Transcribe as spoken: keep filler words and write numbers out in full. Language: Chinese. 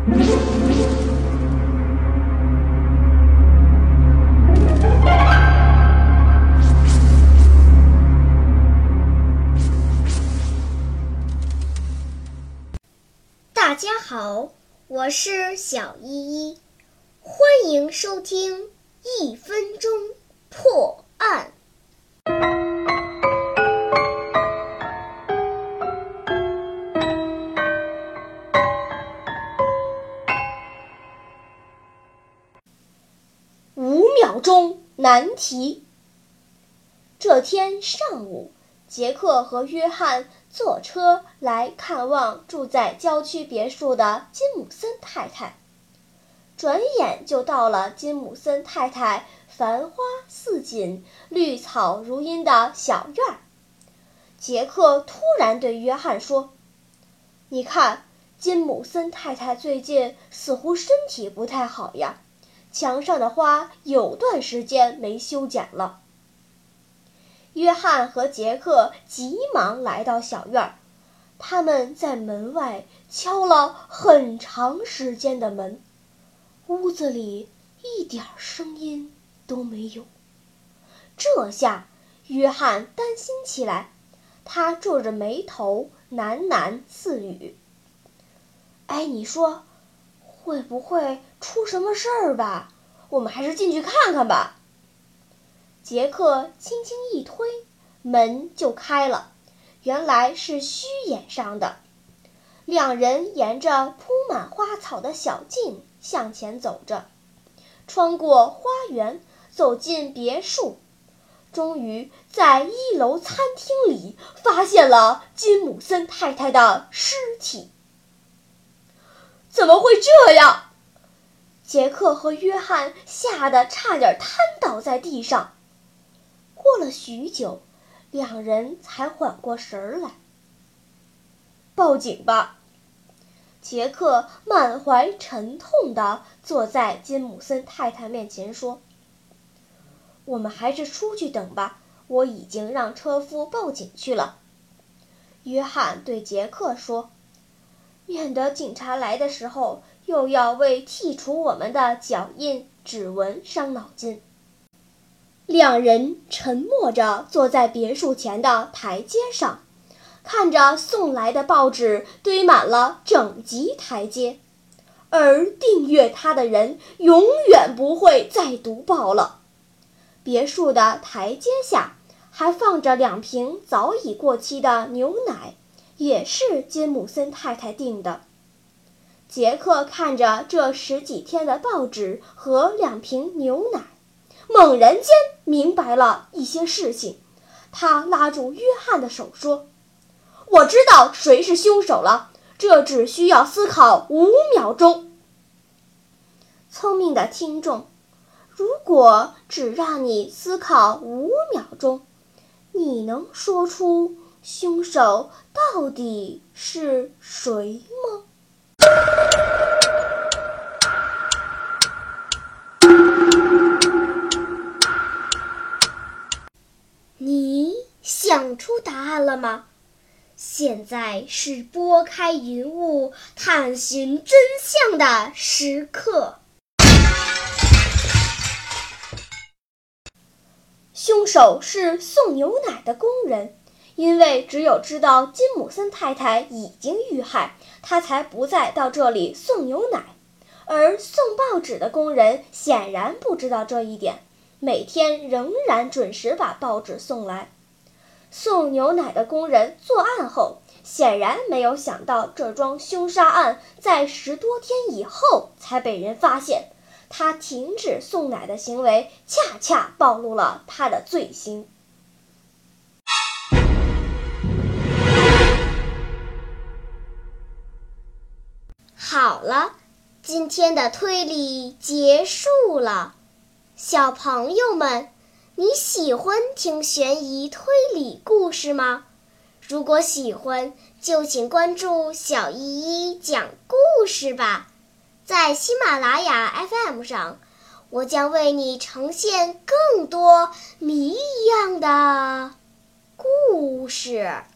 大家好，我是小依依，欢迎收听一分钟破案。五秒钟难题。这天上午，杰克和约翰坐车来看望住在郊区别墅的金姆森太太。转眼就到了金姆森太太繁花似锦、绿草如茵的小院儿。杰克突然对约翰说：“你看，金姆森太太最近似乎身体不太好呀，墙上的花有段时间没修剪了。”约翰和杰克急忙来到小院儿，他们在门外敲了很长时间的门，屋子里一点声音都没有。这下约翰担心起来，他皱着眉头喃喃自语：“哎，你说会不会出什么事儿吧？我们还是进去看看吧。”杰克轻轻一推，门就开了，原来是虚掩上的。两人沿着铺满花草的小径向前走着，穿过花园，走进别墅，终于在一楼餐厅里发现了金姆森太太的尸体。怎么会这样？杰克和约翰吓得差点瘫倒在地上。过了许久，两人才缓过神来。报警吧！杰克满怀沉痛地坐在金姆森太太面前说：“我们还是出去等吧，我已经让车夫报警去了。”约翰对杰克说：“免得警察来的时候又要为剔除我们的脚印、指纹伤脑筋。”两人沉默着坐在别墅前的台阶上，看着送来的报纸堆满了整级台阶，而订阅它的人永远不会再读报了。别墅的台阶下还放着两瓶早已过期的牛奶，也是金姆森太太订的。杰克看着这十几天的报纸和两瓶牛奶，猛然间明白了一些事情。他拉住约翰的手说：“我知道谁是凶手了，这只需要思考五秒钟。”聪明的听众，如果只让你思考五秒钟，你能说出凶手到底是谁吗？你想出答案了吗？现在是拨开云雾探寻真相的时刻。凶手是送牛奶的工人，因为只有知道金姆森太太已经遇害，他才不再到这里送牛奶。而送报纸的工人显然不知道这一点，每天仍然准时把报纸送来。送牛奶的工人作案后，显然没有想到这桩凶杀案在十多天以后才被人发现，他停止送奶的行为恰恰暴露了他的罪行。好了，今天的推理结束了。小朋友们，你喜欢听悬疑推理故事吗？如果喜欢，就请关注小依依讲故事吧。在喜马拉雅 F M 上，我将为你呈现更多谜一样的故事。